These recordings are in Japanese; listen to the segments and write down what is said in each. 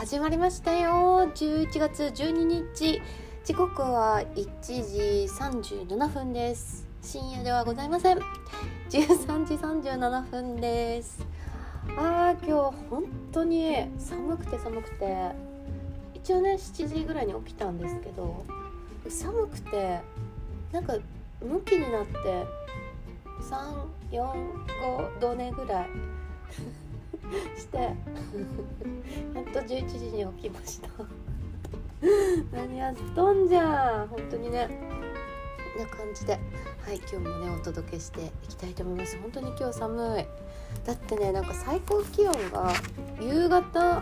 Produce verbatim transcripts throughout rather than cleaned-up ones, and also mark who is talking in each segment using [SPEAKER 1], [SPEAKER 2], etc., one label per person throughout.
[SPEAKER 1] 始まりましたよ。じゅういちがつじゅうににち、時刻はいちじさんじゅうななふんです。深夜ではございません。じゅうさんじさんじゅうななふんです。あー今日本当に寒くて寒くて、一応ねしちじぐらいに起きたんですけど、寒くてなんかムキになってさん、よん、ごど寝ぐらいしてやっとじゅういちじに起きました何やっとんじゃん本当にね。こんな感じで、はい、今日もねお届けしていきたいと思います。本当に今日寒い。だってね、なんか最高気温が夕方、うん、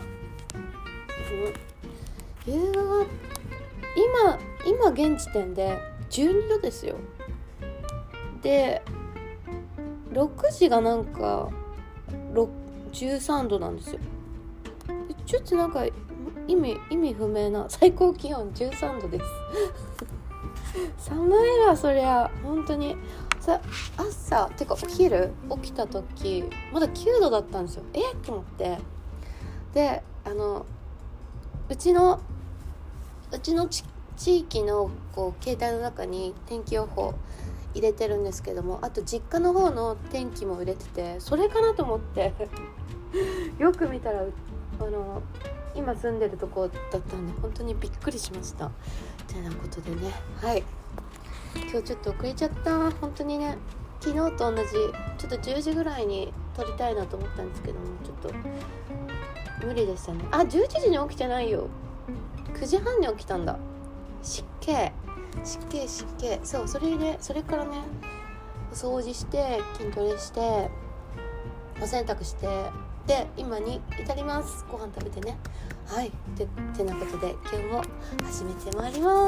[SPEAKER 1] 夕方今今現時点でじゅうにどですよ。でろくじがなんかじゅうさんどなんですよ。ちょっとなんか意味意味不明な最高気温じゅうさんどです寒いわそりゃ本当に。さ朝てかお昼起きた時まだきゅうどだったんですよ。えっと思って、であのうちのうちの地域のこう携帯の中に天気予報入れてるんですけども、あと実家の方の天気も入れてて、それかなと思ってよく見たらあの今住んでるとこだったんで本当にびっくりしました。てなことでね、はい今日ちょっと遅れちゃった。本当にね昨日と同じちょっとじゅうじぐらいに撮りたいなと思ったんですけども、ちょっと無理でしたね。あじゅういちじに起きてないよ。くじはんに起きたんだ。湿気湿気湿気そうそれでそれからねお掃除して筋トレしてお洗濯してで今に至ります。ご飯食べてね。はいててなことで今日も始めてまいります。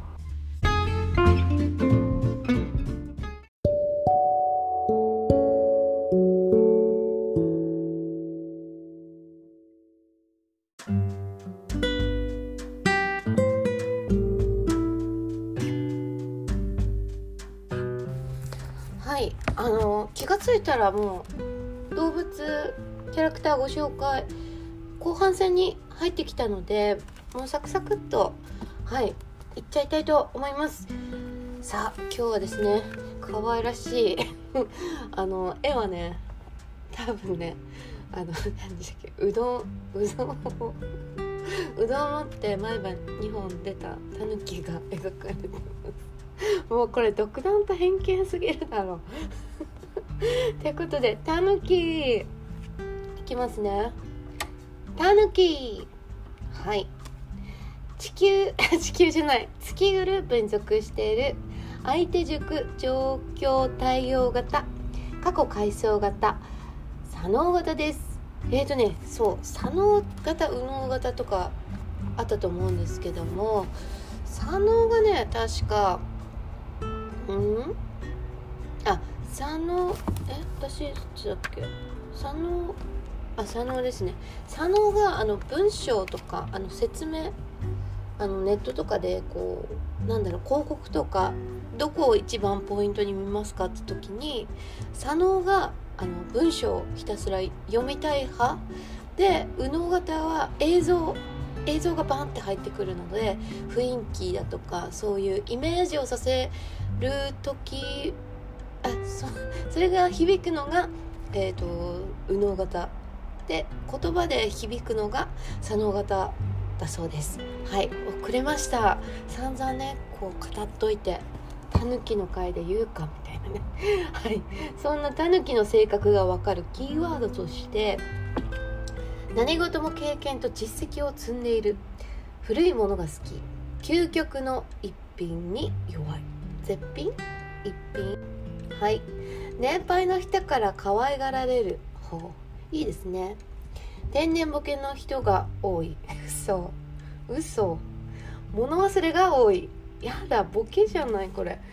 [SPEAKER 1] はいあの気がついたらもう動物キャラクターご紹介後半戦に入ってきたので、もうサクサクっとはいいっちゃいたいと思います。さあ今日はですね可愛らしいあの絵はね多分ねあの何でしたっけうどんうどんをうどんを持って前歯にほん出たタヌキが描かれてますもうこれ独断と偏見すぎるだろということでタヌキいきますね。タヌキはい地球地球じゃない月グループに属している相手塾状況対応型過去階層型左脳型です。えーとねそう左脳型右脳型とかあったと思うんですけども、左脳がね確かうんあ左脳え私どっちだっけ左脳あ左脳ですね。左脳があの文章とかあの説明あのネットとかでこうなんだろう広告とかどこを一番ポイントに見ますかって時に左脳があの文章をひたすら読みたい派で、右脳型は映像映像がバーンって入ってくるので雰囲気だとかそういうイメージをさせる時あ そ, それが響くのが、えー、と右脳型で言葉で響くのが左脳型だそうです。はい遅れました。散々ねこう語っといてタヌキの回で言うかみたいなねはいそんなタヌキの性格がわかるキーワードとして何事も経験と実績を積んでいる、古いものが好き、究極の一品に弱い、絶品一品はい年配の人から可愛がられる方いいですね。天然ボケの人が多い嘘嘘物忘れが多い。やだボケじゃないこれ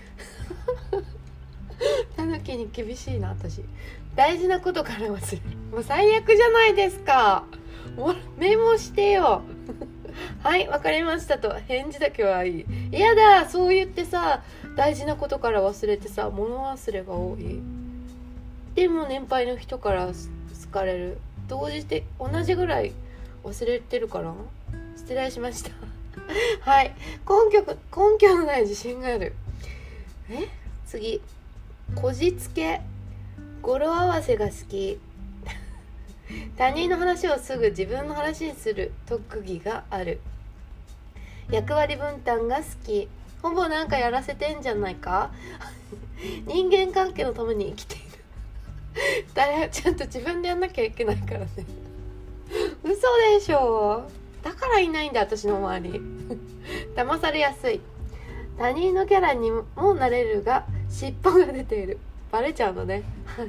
[SPEAKER 1] タヌキに厳しいな私。大事なことから忘れる。もう最悪じゃないですか。もうメモしてよはいわかりましたと返事だけはいい。やだそう言ってさ大事なことから忘れてさ物忘れが多い。でも年配の人から好かれる。同時で同じぐらい忘れてるかな。失礼しましたはい、根拠根拠のない自信がある。え次、こじつけ、語呂合わせが好き他人の話をすぐ自分の話にする特技がある。役割分担が好き。ほぼなんかやらせてんじゃないか人間関係のために生きている誰ちゃんと自分でやんなきゃいけないからね嘘でしょ。だからいないんだ私の周り騙されやすい。他人のキャラにもなれるが尻尾が出ている。バレちゃうのね。はい。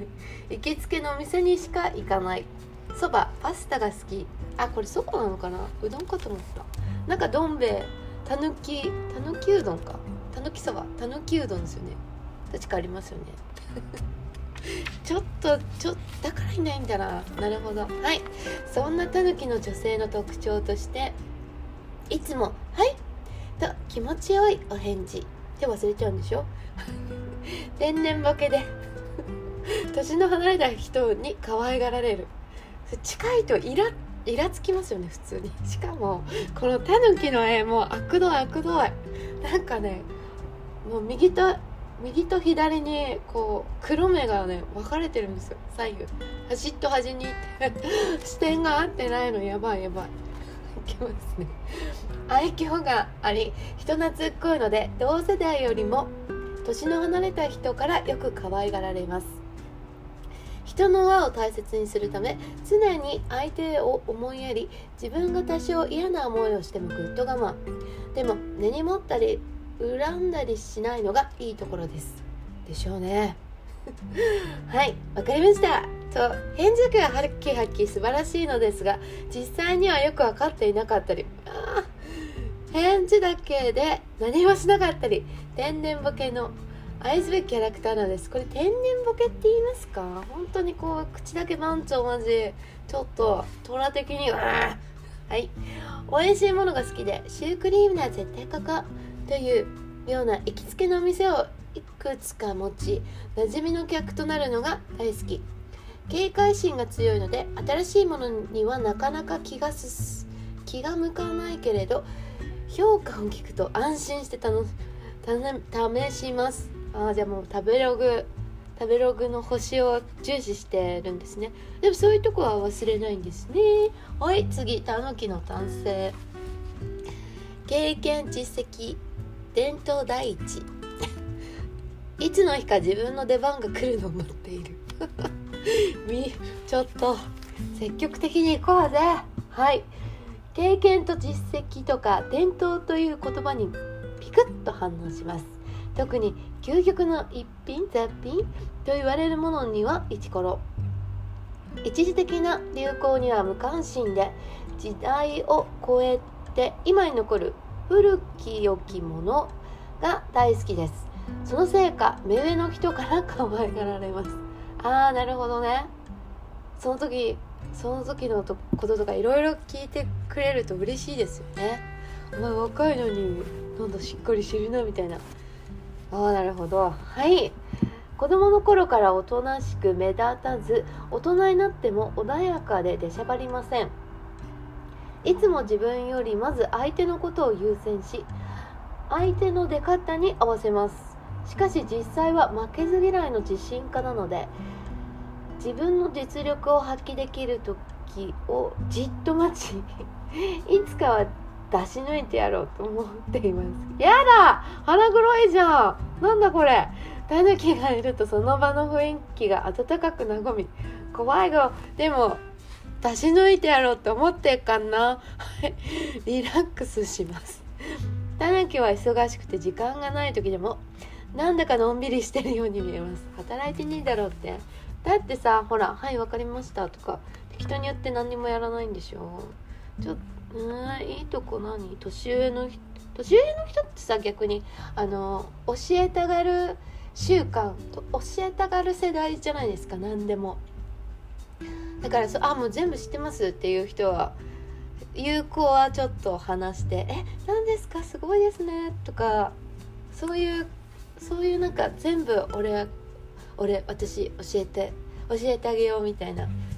[SPEAKER 1] 行きつけのお店にしか行かない。そば、パスタが好き。あ、これそばなのかな、うどんかと思った。なんかどん兵衛、たぬきたぬきうどんか、たぬきそば、たぬきうどんですよね。確かありますよねちょっとちょだからいないんだな。なるほど。はい。そんなたぬきの女性の特徴として、いつもはいと気持ちよいお返事って忘れちゃうんでしょ天然ボケで年の離れた人に可愛がられる。近いとイライラつきますよね普通に。しかもこのタヌキの絵もあくどいあくどい。なんかね、もう右と右と左にこう黒目がね分かれてるんですよ。左右端と端に視点が合ってないのやばいやばい。いきますね。愛嬌があり人懐っこいので同世代よりも年の離れた人からよく可愛がられます。人の輪を大切にするため常に相手を思いやり、自分が多少嫌な思いをしてもぐっと我慢。でも根に持ったり恨んだりしないのがいいところですでしょうねはい、わかりましたと返事がはっきはっき素晴らしいのですが、実際にはよく分かっていなかったり、あ返事だけで何もしなかったり、天然ボケの愛すべきキャラクターなんです。これ天然ボケって言いますか。本当にこう口だけ番長マジちょっと虎的にははい。美味しいものが好きでシュークリームなら絶対ここというような行きつけのお店をいくつか持ち、馴染みの客となるのが大好き。警戒心が強いので新しいものにはなかなか気がす気が向かないけれど、評価を聞くと安心してたの試します。あ、じゃあもう食べログ食べログの星を重視してるんですね。でもそういうとこは忘れないんですね。はい、次、たぬきの男性。経験、実績、伝統第一いつの日か自分の出番が来るのを待っているみちょっと積極的に行こうぜ。はい、経験と実績とか伝統という言葉にピクッと反応します。特に究極の一品絶品と言われるものにはイチコロ。一時的な流行には無関心で、時代を超えて今に残る古き良きものが大好きです。そのせいか目上の人から可愛がられます。あー、なるほどね。その時その時のこととかいろいろ聞いてくれると嬉しいですよね。お前若いのになんだしっかりしてるなみたいな。ああ、なるほど。はい。子供の頃からおとなしく目立たず、大人になっても穏やかで出しゃばりません。いつも自分よりまず相手のことを優先し、相手の出方に合わせます。しかし実際は負けず嫌いの自信家なので、自分の実力を発揮できる時をじっと待ちいつかは出し抜いてやろうと思っています。やだ、腹黒いじゃん。なんだこれ。タヌキがいるとその場の雰囲気が温かく和み、怖いがでも出し抜いてやろうと思ってっかんなリラックスします。タヌキは忙しくて時間がない時でもなんだかのんびりしてるように見えます。働いてねえだろうって。だってさ、ほら、はい、わかりましたとか人によって何にもやらないんでしょ。ちょっとうん、いいとこ何？年上の人年上の人ってさ、逆にあの教えたがる習慣と教えたがる世代じゃないですか。何でもだからそあもう全部知ってますっていう人は、有効はちょっと話してえ何ですかすごいですねとか、そういうそういうなんか全部俺俺私教えて教えてあげようみたいな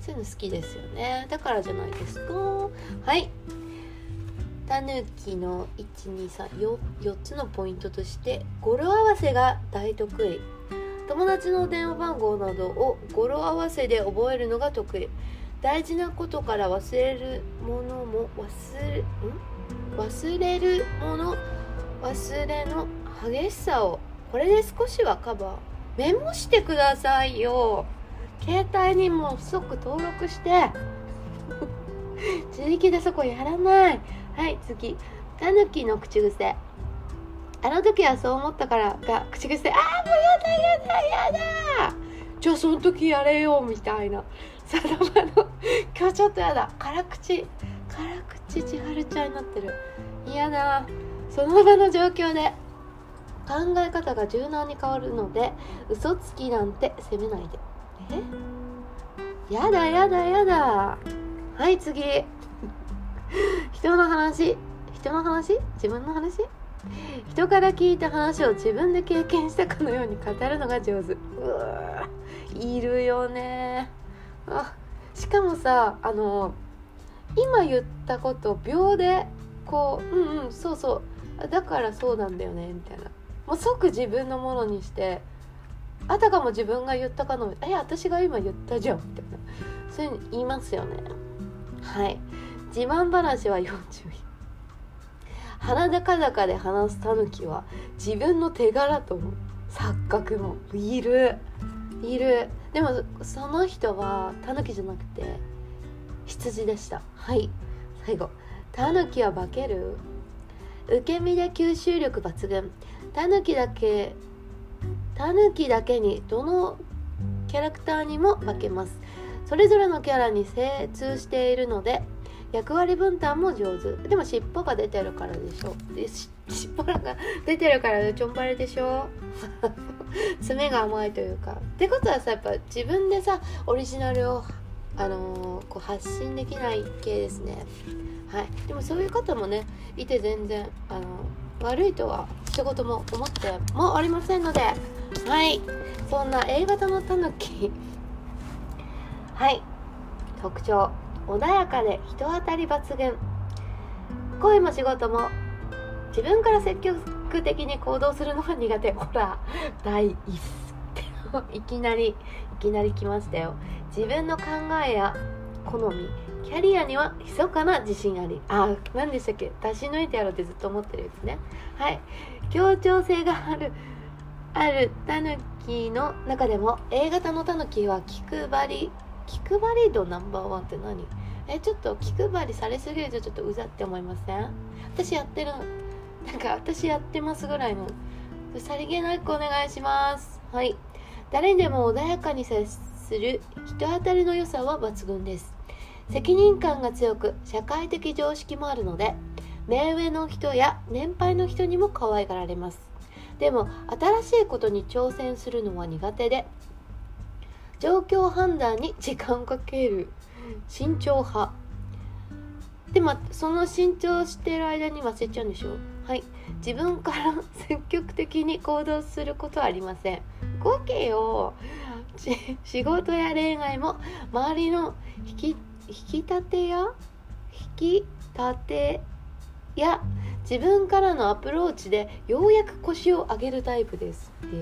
[SPEAKER 1] そういうの好きですよね。だからじゃないですか。はい、たぬきのいちにさんよっつのポイントとして、語呂合わせが大得意。友達の電話番号などを語呂合わせで覚えるのが得意。大事なことから忘れるものも忘れん忘れるもの忘れの激しさをこれで少しはカバー。メモしてくださいよ。携帯にも即登録して自力でそこやらない。はい、次、たぬきの口癖。あの時はそう思ったからが口癖。あーもうやだやだやだ、じゃあその時やれよみたいな。その場の今日ちょっとやだ、辛口辛口千春ちゃんになってる。嫌だ。その場の状況で考え方が柔軟に変わるので嘘つきなんて責めないで。えやだやだやだ。はい、次人の話人の話自分の話人から聞いた話を自分で経験したかのように語るのが上手。うわいるよね。あ、しかもさ、あの今言ったこと秒でこううんうんそうそうだからそうなんだよねみたいな、もう即自分のものにして、あたかも自分が言ったかのえ私が今言ったじゃんみたいな、そういうの言いますよね。はい、自慢話は要注意。鼻高々で話すタヌキは自分の手柄と錯覚もいるいる。でもその人はタヌキじゃなくて羊でした。はい、最後、タヌキは化ける。受け身で吸収力抜群。タヌキだけタヌキだけにどのキャラクターにも化けます。それぞれのキャラに精通しているので役割分担も上手。でも尻尾が出てるからでしょ。でし尻尾が出てるからでちょんばれでしょ爪が甘いというか。ってことはさ、やっぱ自分でさオリジナルを、あのー、こう発信できない系ですね。はい、でもそういう方もねいて全然、あのー、悪いとは一言も思ってもありませんので。はい、そんな A 型のタヌキはい特徴、穏やかで人当たり抜群。恋も仕事も自分から積極的に行動するのが苦手。ほら第一いきなりいきなり来ましたよ。自分の考えや好みキャリアには密かな自信あり。あ、何でしたっけ、出し抜いてやろうってずっと思ってるんですね。はい、協調性があるあるタヌキの中でも A 型のタヌキは気配り気配り度ナンバーワンって何？えちょっと気配りされすぎるとちょっとうざって思いません？私やってるなんか私やってますぐらいのさりげなくお願いします。はい、誰にでも穏やかに接する人当たりの良さは抜群です。責任感が強く社会的常識もあるので目上の人や年配の人にも可愛がられます。でも新しいことに挑戦するのは苦手で状況判断に時間をかける慎重派で、まその慎重している間に忘れちゃうんでしょ。はい、自分から積極的に行動することはありません。動けよ。仕事や恋愛も周りの引き引き立てや引き立てや自分からのアプローチでようやく腰を上げるタイプです。え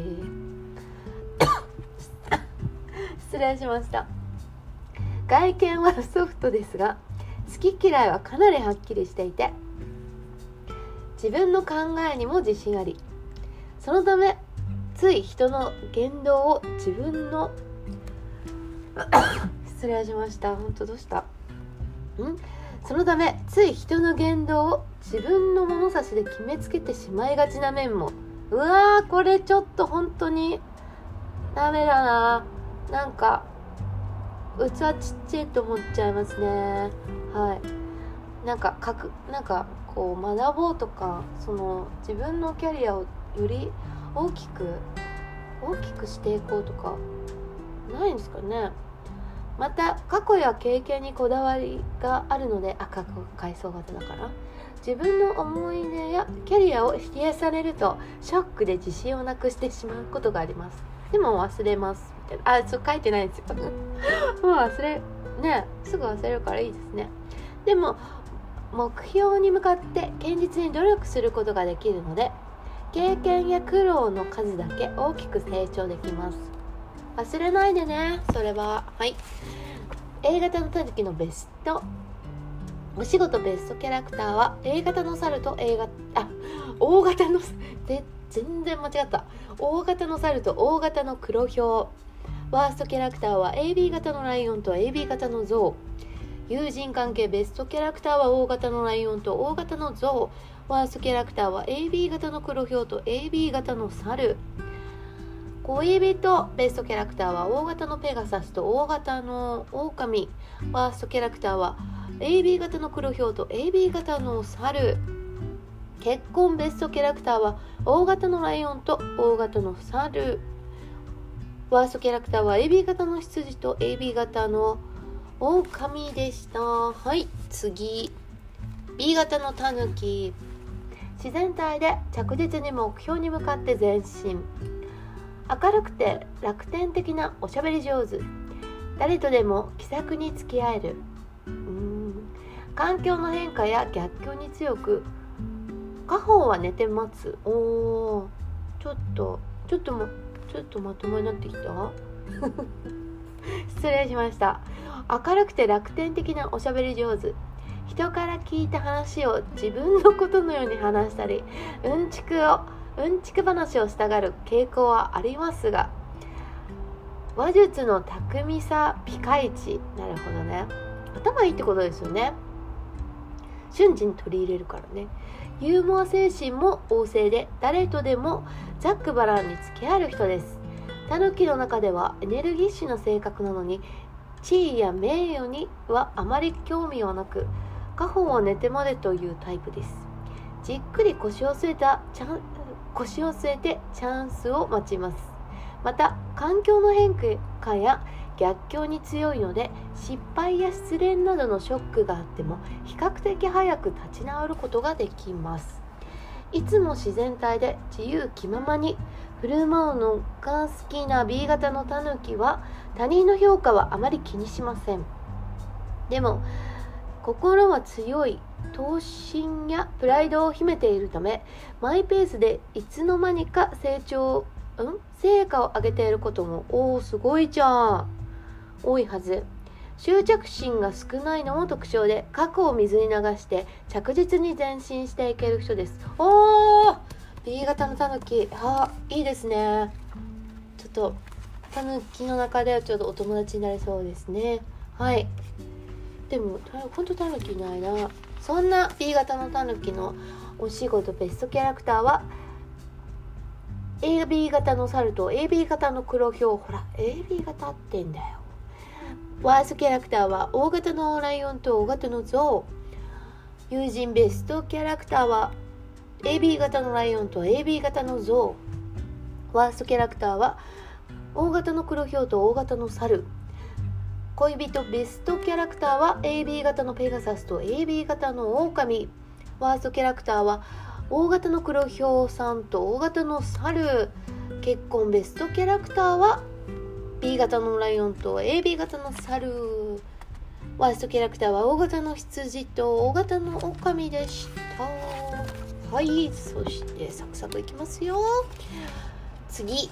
[SPEAKER 1] ー、失礼しました。外見はソフトですが好き嫌いはかなりはっきりしていて自分の考えにも自信あり、そのためつい人の言動を自分の失礼しました。本当どうしたんそのためつい人の言動を自分の物差しで決めつけてしまいがちな面も。うわーこれちょっと本当にダメだな。なんか器ちっちゃいと思っちゃいますね。はい、なんかかくなんかこう学ぼうとかその自分のキャリアをより大きく大きくしていこうとかないんですかね。また過去や経験にこだわりがあるので、あ過去回想型だから自分の思い出やキャリアを否定されるとショックで自信をなくしてしまうことがあります。でも忘れますみたいな。あ、そう書いてないですよもう忘れねすぐ忘れるからいいですね。でも目標に向かって堅実に努力することができるので、経験や苦労の数だけ大きく成長できます。忘れないでね、それは。はい。A 型のタヌキのベストお仕事ベストキャラクターは A 型の猿と A 型あ O 型ので全然間違った O 型の猿と O 型の黒ヒョウ。ワーストキャラクターは エービー 型のライオンと エービー 型のゾウ。友人関係ベストキャラクターは O 型のライオンと O 型のゾウ。ワーストキャラクターは エービー 型の黒ヒョウと エービー 型の猿。恋人ベストキャラクターは O 型のペガサスと O 型の狼。ワーストキャラクターは エービー 型の黒ヒョウと エービー 型の猿。結婚ベストキャラクターは O 型のライオンと O 型の猿。ワーストキャラクターは エービー 型の羊と エービー 型の狼でした。はい、次 B 型のタヌキ。自然体で着実に目標に向かって前進。明るくて楽天的なおしゃべり上手。誰とでも気さくに付き合える。うーん環境の変化や逆境に強く、家宝は寝て待つ。おーちょっとちょっともちょっとまともになってきた失礼しました。明るくて楽天的なおしゃべり上手。人から聞いた話を自分のことのように話したり、うんちくをうんちく話をしたがる傾向はありますが、話術の巧みさピカイチ。なるほどね、頭いいってことですよね。瞬時に取り入れるからね。ユーモア精神も旺盛で、誰とでもざっくばらんに付き合える人です。タヌキの中ではエネルギッシュな性格なのに、地位や名誉にはあまり興味はなく、家宝は寝てまでというタイプです。じっくり腰を据えたチャン腰を据えてチャンスを待ちます。また環境の変化や逆境に強いので、失敗や失恋などのショックがあっても比較的早く立ち直ることができます。いつも自然体で自由気ままに振る舞うのが好きな B 型のタヌキは、他人の評価はあまり気にしません。でも心は強い闘心やプライドを秘めているため、マイペースでいつの間にか成長、ん成果を上げていることもおーすごいじゃん多いはず。執着心が少ないのも特徴で、過去を水に流して着実に前進していける人です。おー B 型のタヌキ、あいいですね。ちょっとタヌキの中ではちょっとお友達になれそうですね。はい。でも本当タヌキいないな。そんな B 型のタヌキのお仕事ベストキャラクターは エービー 型の猿と エービー 型の黒ヒョウ。ほら エービー 型ってんだよ。ワーストキャラクターは O 型のライオンと O 型のゾウ。友人ベストキャラクターは エービー 型のライオンと エービー 型のゾウ。ワーストキャラクターは O 型の黒ヒョウと O 型の猿。恋人ベストキャラクターは エービー 型のペガサスと エービー 型の狼。ワーストキャラクターは O 型の黒ヒョウさんと O 型の猿。結婚ベストキャラクターは B 型のライオンと エービー 型の猿。ワーストキャラクターは O 型の羊と O 型の狼でした。はい、そしてサクサクいきますよ。次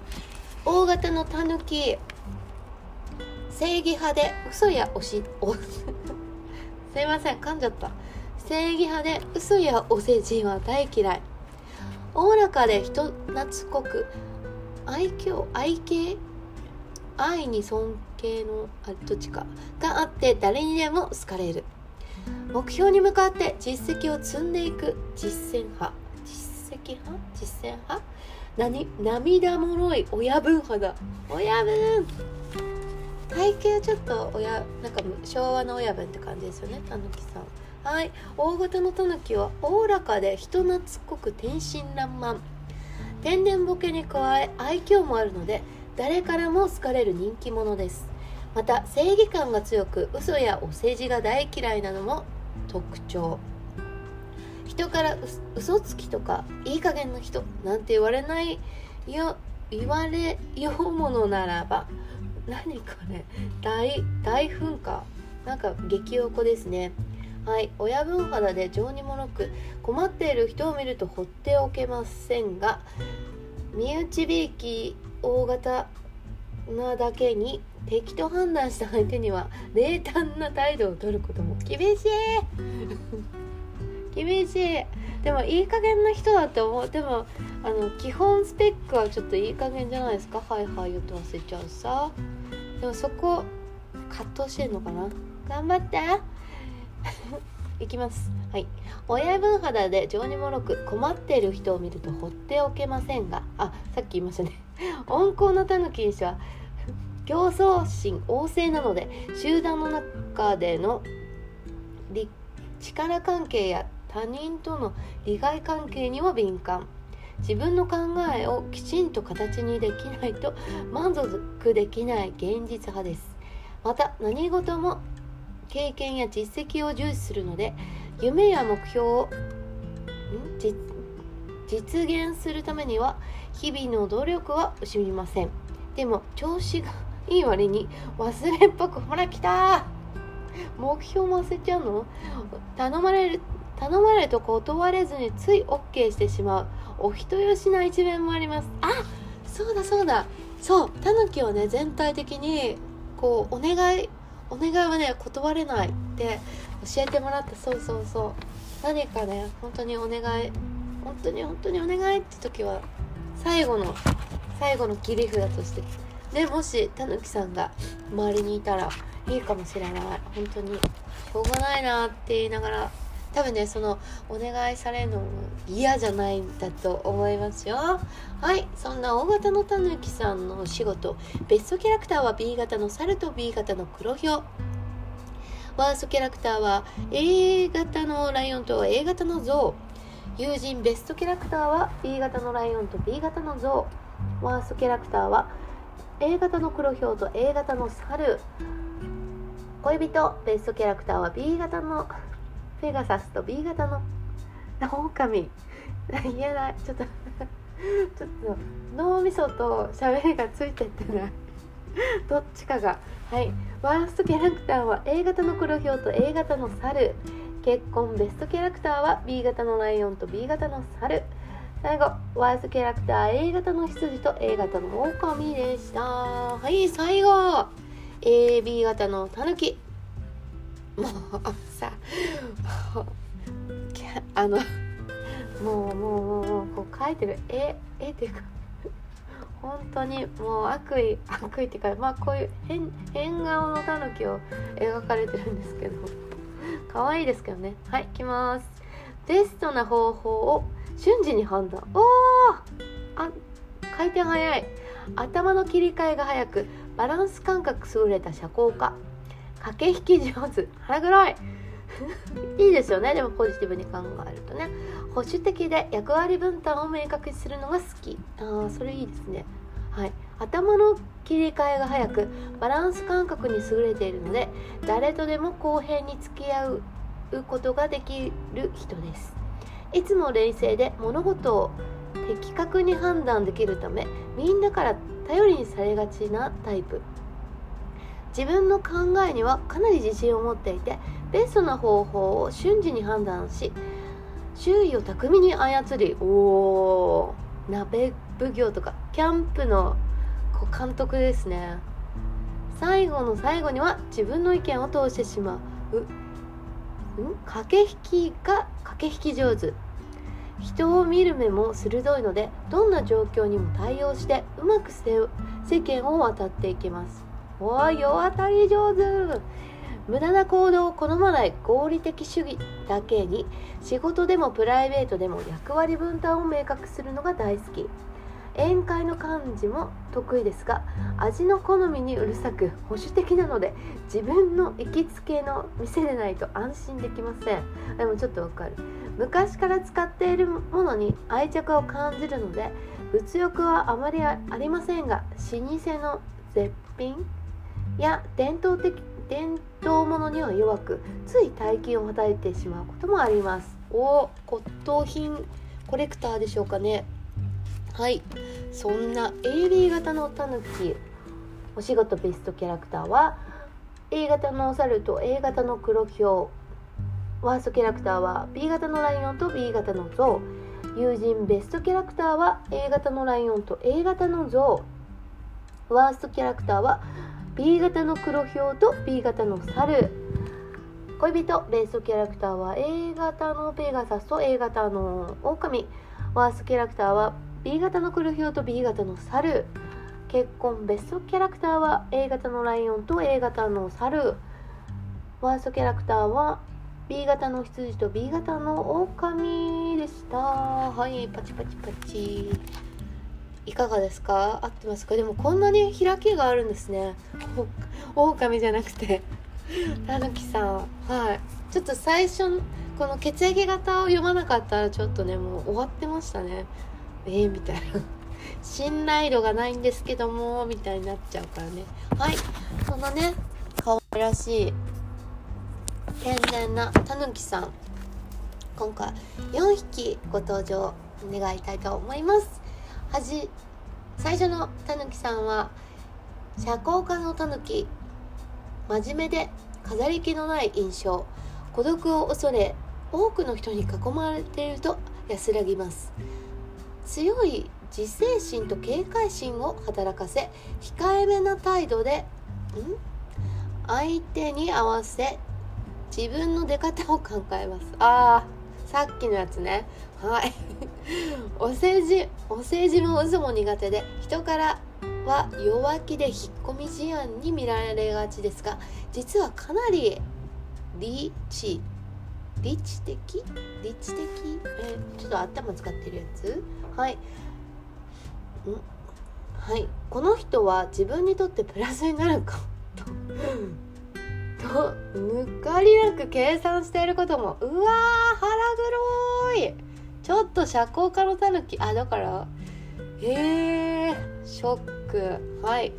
[SPEAKER 1] O 型のタヌキ。正義派で嘘やおしおすいません噛んじゃった。正義派で嘘やお世辞は大嫌い。おおらかで人懐っこく、愛嬌愛敬愛に尊敬のあどっちかがあって、誰にでも好かれる。目標に向かって実績を積んでいく実践派。実績派実践派なに涙もろい親分派だ。親分体型ちょっと親なんか昭和の親分って感じですよね、たぬきさん。はい、大型のたぬきはおおらかで人懐っこく天真爛漫。天然ボケに加え愛嬌もあるので、誰からも好かれる人気者です。また正義感が強く、嘘やお世辞が大嫌いなのも特徴。人から嘘つきとかいい加減な人なんて言われないよ言われようものならば何これ、大大噴火、なんか激おこですね。はい、親分肌で情にもろく、困っている人を見ると放っておけませんが、身内びいき大型なだけに敵と判断した相手には冷淡な態度を取ることも。厳しい厳しい。でもいい加減な人だって思う。でもあの基本スペックはちょっといい加減じゃないですか。はいはい言って忘れちゃうさ。でもそこ葛藤してんのかな。頑張っていきます。はい、親分肌で情にもろく、困っている人を見ると放っておけませんが、あ、さっき言いましたね温厚なタヌキにしては競争心旺盛なので、集団の中での力関係や他人との利害関係には敏感。自分の考えをきちんと形にできないと満足できない現実派です。また何事も経験や実績を重視するので、夢や目標を実現するためには日々の努力は惜しみません。でも調子がいい割に忘れっぽく、ほら来た、目標も忘れちゃうの。頼まれる頼まれると断れずについ OK してしまうお人よしな一面もあります。あ、そうだそうだ、そうタヌキはね、全体的にこうお願いお願いはね断れないって教えてもらった。そうそうそう、何かね本当にお願い、本当に本当にお願いって時は最後の最後の切り札としてね、もしタヌキさんが周りにいたらいいかもしれない。本当にしょうがないなって言いながら、多分ねそのお願いされるのも嫌じゃないんだと思いますよ。はい、そんな大型のタヌキさんのお仕事、ベストキャラクターは ビー 型の猿と ビー 型の黒ヒョウ。ワーストキャラクターは A 型のライオンと A 型のゾウ。友人ベストキャラクターは B 型のライオンと B 型のゾウ。ワーストキャラクターは A 型の黒ヒョウと A 型の猿。恋人ベストキャラクターは B 型のペガサスと B 型の狼。言えない、ちょっとちょっと脳みそと喋りがついてってないどっちかが。はい、ワーストキャラクターは A 型の黒ヒョウと A 型の猿。結婚ベストキャラクターは B 型のライオンと B 型の猿。最後ワーストキャラクター A 型の羊と A 型の狼でした。はい、最後 エービー 型のタヌキ。もうさあのもうもうもうもうこう書いてる絵絵っていうか本当にもう悪意悪意っていうか、まあこういう変変顔のタヌキを描かれてるんですけど、可愛いですけどね。はい、いきます。ベストな方法を瞬時に判断。おー、あ、回転早い。頭の切り替えが早く、バランス感覚優れた社交家。駆け引き上手、腹黒いいいですよね。でもポジティブに考えるとね。保守的で役割分担を明確にするのが好き。あー、それいいですね。はい、頭の切り替えが早く、バランス感覚に優れているので、誰とでも公平に付き合うことができる人です。いつも冷静で物事を的確に判断できるため、みんなから頼りにされがちなタイプ。自分の考えにはかなり自信を持っていて、ベストな方法を瞬時に判断し、周囲を巧みに操り、おー、鍋奉行とかキャンプの監督ですね。最後の最後には自分の意見を通してしまう、ん駆け引きが駆け引き上手。人を見る目も鋭いので、どんな状況にも対応してうまく世間を渡っていきます。おー、世渡り上手。無駄な行動を好まない合理的主義だけに、仕事でもプライベートでも役割分担を明確するのが大好き。宴会の幹事も得意ですが、味の好みにうるさく保守的なので、自分の行きつけの店でないと安心できません。でもちょっとわかる。昔から使っているものに愛着を感じるので、物欲はあまり あ, ありませんが、老舗の絶品や伝統的伝統物には弱く、つい大金をはたいてしまうこともあります。お、骨董品コレクターでしょうかね。はい、そんな エービー 型のタヌキ、 お仕事ベストキャラクターは A 型の猿と A 型の黒ヒョウ。ワーストキャラクターは B 型のライオンと B 型のゾウ。友人ベストキャラクターは A 型のライオンと A 型のゾウ。ワーストキャラクターは B 型の黒ヒョウと B 型の猿。恋人ベストキャラクターは A 型のペガサスと A 型の狼。ワーストキャラクターは B 型の黒ヒョウと B 型の猿。結婚ベストキャラクターは A 型のライオンと A 型の猿。ワーストキャラクターは B 型の羊と B 型の狼でした。はい、パチパチパチ。いかがですか？合ってますか？でもこんなに開きがあるんですね。狼じゃなくてたぬきさん。はい、ちょっと最初この血液型を読まなかったらちょっとねもう終わってましたね。えー、みたいな信頼度がないんですけどもみたいになっちゃうからね。はい、そのね可愛らしい天然なたぬきさん、今回よんひきご登場願いたいと思います。はじ最初のたぬきさんは社交家のたぬき。真面目で飾り気のない印象。孤独を恐れ多くの人に囲まれていると安らぎます。強い自制心と警戒心を働かせ、控えめな態度でん相手に合わせ自分の出方を考えます。あー、さっきのやつね。はいお世辞お世辞も嘘も苦手で、人からは弱気で引っ込み思案に見られがちですが、実はかなり理知理知的理知的、えー、ちょっと頭使ってるやつ。はいんはいこの人は自分にとってプラスになるかとと抜かりなく計算していることも。うわー、腹黒い。ちょっと社交家のたぬき。あ、だからへーショック。はい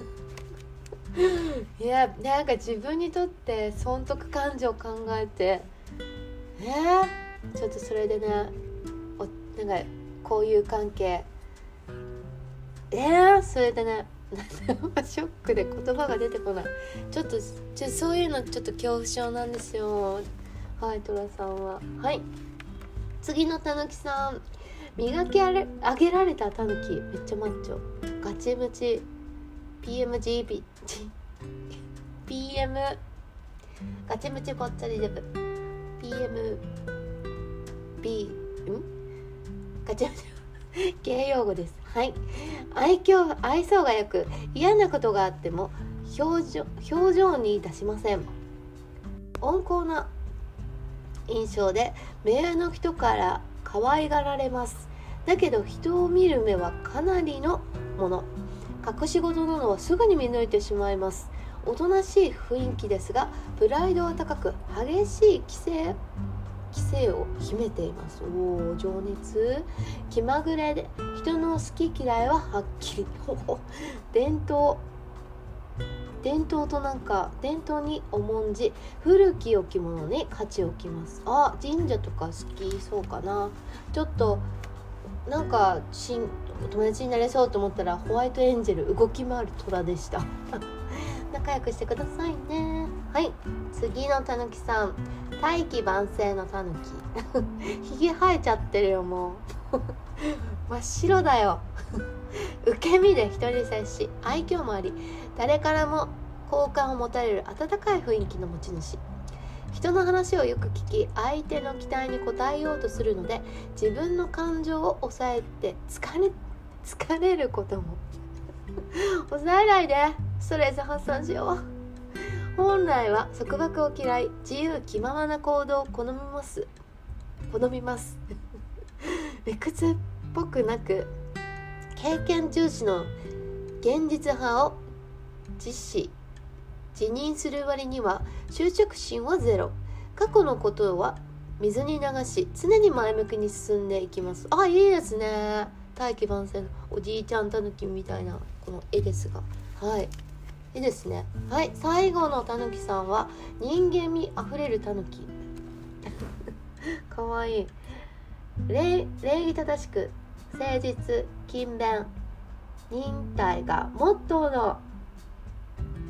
[SPEAKER 1] いや、なんか自分にとって損得感情考えてえー、ちょっとそれでねおなんかこういう関係えー、それでねショックで言葉が出てこない。ちょっとちょそういうのちょっと恐怖症なんですよ。はい、トラさんは。はい、次のたぬきさん。磨き上げられたたぬき。めっちゃマッチョ。ガチムチ ピーエムジービー ピーエム ガチムチぽっちゃりデブ ピーエムビー んガチムチ芸用語です。はい、愛嬌愛想がよく、嫌なことがあっても表情表情に出しません。温厚な印象で目上の人から可愛がられます。だけど人を見る目はかなりのもの。隠し事なのはすぐに見抜いてしまいます。おとなしい雰囲気ですがプライドは高く、激しい規制規制を秘めています。おー、情熱気まぐれで人の好き嫌いははっきり伝統伝統となんか伝統に重んじ、古き良きものに価値を置きます。あ、神社とか好きそうかな。ちょっとなんかしんお友達になれそうと思ったらホワイトエンジェル動き回る虎でした仲良くしてくださいね。はい、次のたぬきさん。大器晩成のたぬきひげ生えちゃってるよ、もう真っ白だよ受け身で人に接し、愛嬌もあり、誰からも好感を持たれる温かい雰囲気の持ち主。人の話をよく聞き、相手の期待に応えようとするので、自分の感情を抑えて疲れ疲れることも抑えないで、ストレス発散しよう。本来は束縛を嫌い、自由気ままな行動を好みます好みます理屈っぽくなく、経験重視の現実派を実施辞任する割には執着心はゼロ。過去のことは水に流し、常に前向きに進んでいきます。あ、いいですね。大器晩成のおじいちゃんたぬきみたいなこの絵ですが、はい、いいですね。はい、最後のたぬきさんは人間味あふれるたぬきかわいい。礼儀正しく、誠実、勤勉、忍耐がモットーの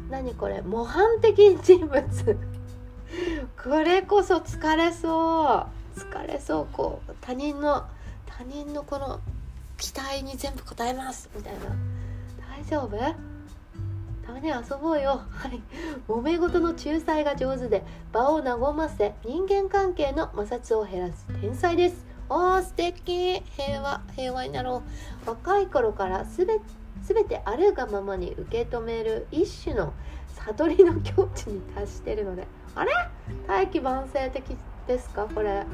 [SPEAKER 1] 何これ、模範的人物これこそ疲れそう疲れそうこう他人の他人のこの期待に全部応えますみたいな。大丈夫？たまに遊ぼうよ。はい。揉め事の仲裁が上手で場を和ませ人間関係の摩擦を減らす天才です。おー素敵。平和平和になろう。若い頃からすべすべてあるがままに受け止める一種の悟りの境地に達しているので、あれ大器晩成的ですかこれ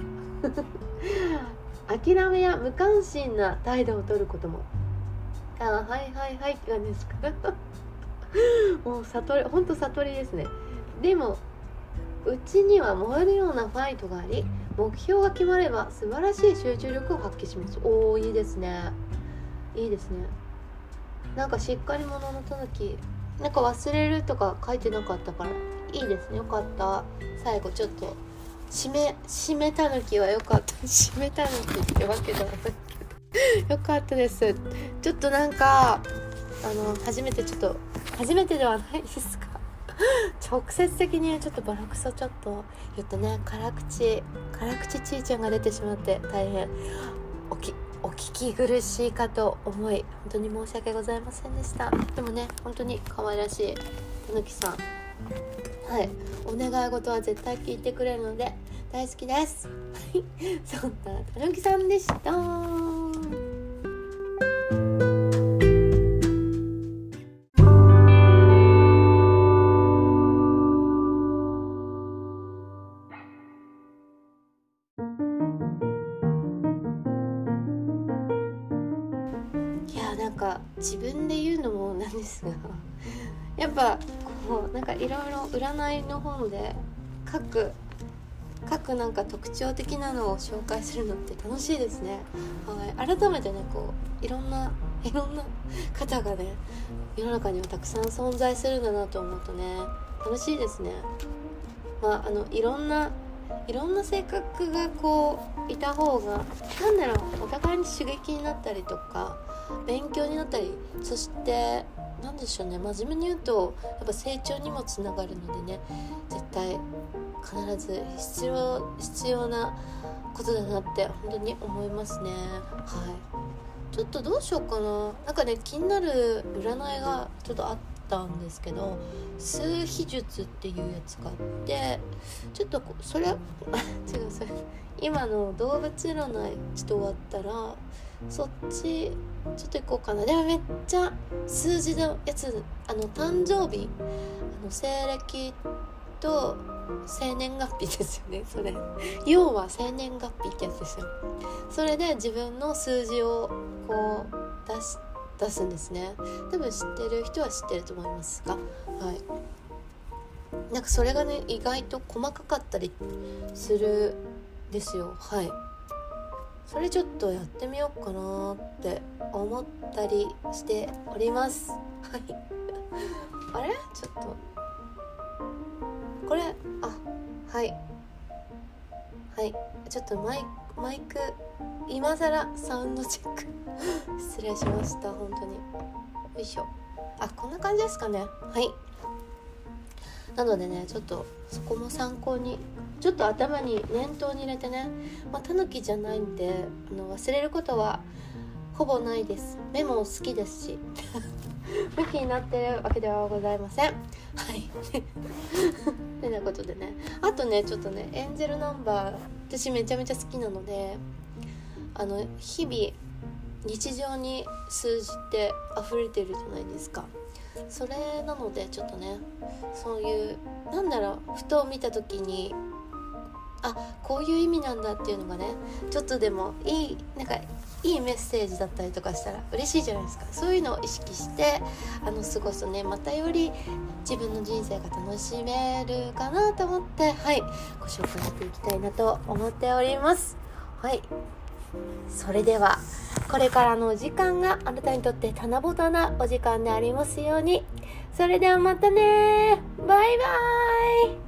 [SPEAKER 1] 諦めや無関心な態度を取ることも、あはいはいはいって感じですかもう悟り、ほんと悟りですね。でもうちには燃えるようなファイトがあり、目標が決まれば素晴らしい集中力を発揮します。おーいいですねいいですね。なんかしっかり者のたぬき、なんか忘れるとか書いてなかったからいいですね。よかった。最後ちょっと締め締めたぬきはよかった締めたぬきってわけではないけどよかったです。ちょっとなんかあの初めてちょっと初めてではないですか直接的にちょっとバラクソちょっと言ってね、辛口辛口ちーちゃんが出てしまって大変おきお聞き苦しいかと思い、本当に申し訳ございませんでした。でもね、本当に可愛らしいたぬきさん、はい、お願い事は絶対聞いてくれるので大好きですそんなたぬきさんでした。なんか自分で言うのもなんですがやっぱこうなんかいろいろ占いの本で各各なんか特徴的なのを紹介するのって楽しいですね。はい、改めてねこういろんないろんな方がね世の中にはたくさん存在するんだなと思うとね楽しいですね。まああのいろんないろんな性格がこういた方がなんだろうお互いに刺激になったりとか勉強になったり、そしてなんでしょうね、真面目に言うとやっぱ成長にもつながるのでね、絶対必ず必要必要なことだなって本当に思いますね。はい、ちょっとどうしようかな。なんかね気になる占いがちょっとあったんですけど、数秘術っていうやつがあって、ちょっとそれ違うそれ今の動物占いちょっと終わったらそっちちょっと行こうかな。でもめっちゃ数字のやつ、あの誕生日、あの西暦と生年月日ですよね。それ要は生年月日ってやつですよ。それで自分の数字をこう出し出すんですね。多分知ってる人は知ってると思いますが、はい、なんかそれがね意外と細かかったりするんですよ。はい、それちょっとやってみようかなって思ったりしております。はいあれちょっとこれあはいはいちょっとマイマイク今更サウンドチェック失礼しました。本当によいしょ。あこんな感じですかね。はいなのでねちょっとそこも参考にちょっと頭に念頭に入れてね、まあタヌキじゃないんであの忘れることはほぼないです。メモ好きですし武器になってるわけではございません。はいてなことでね、あとねちょっとねエンジェルナンバー私めちゃめちゃ好きなので、あの日々日常に数字って溢れてるじゃないですか。それなのでちょっとねそういうなんだろうふと見た時にあこういう意味なんだっていうのがねちょっとでもいいなんかいいメッセージだったりとかしたら嬉しいじゃないですか。そういうのを意識してあの過ごすとねまたより自分の人生が楽しめるかなと思ってはいご紹介していきたいなと思っております。はいそれではこれからのお時間があなたにとって棚ぼたなお時間でありますように。それではまたねバイバイ。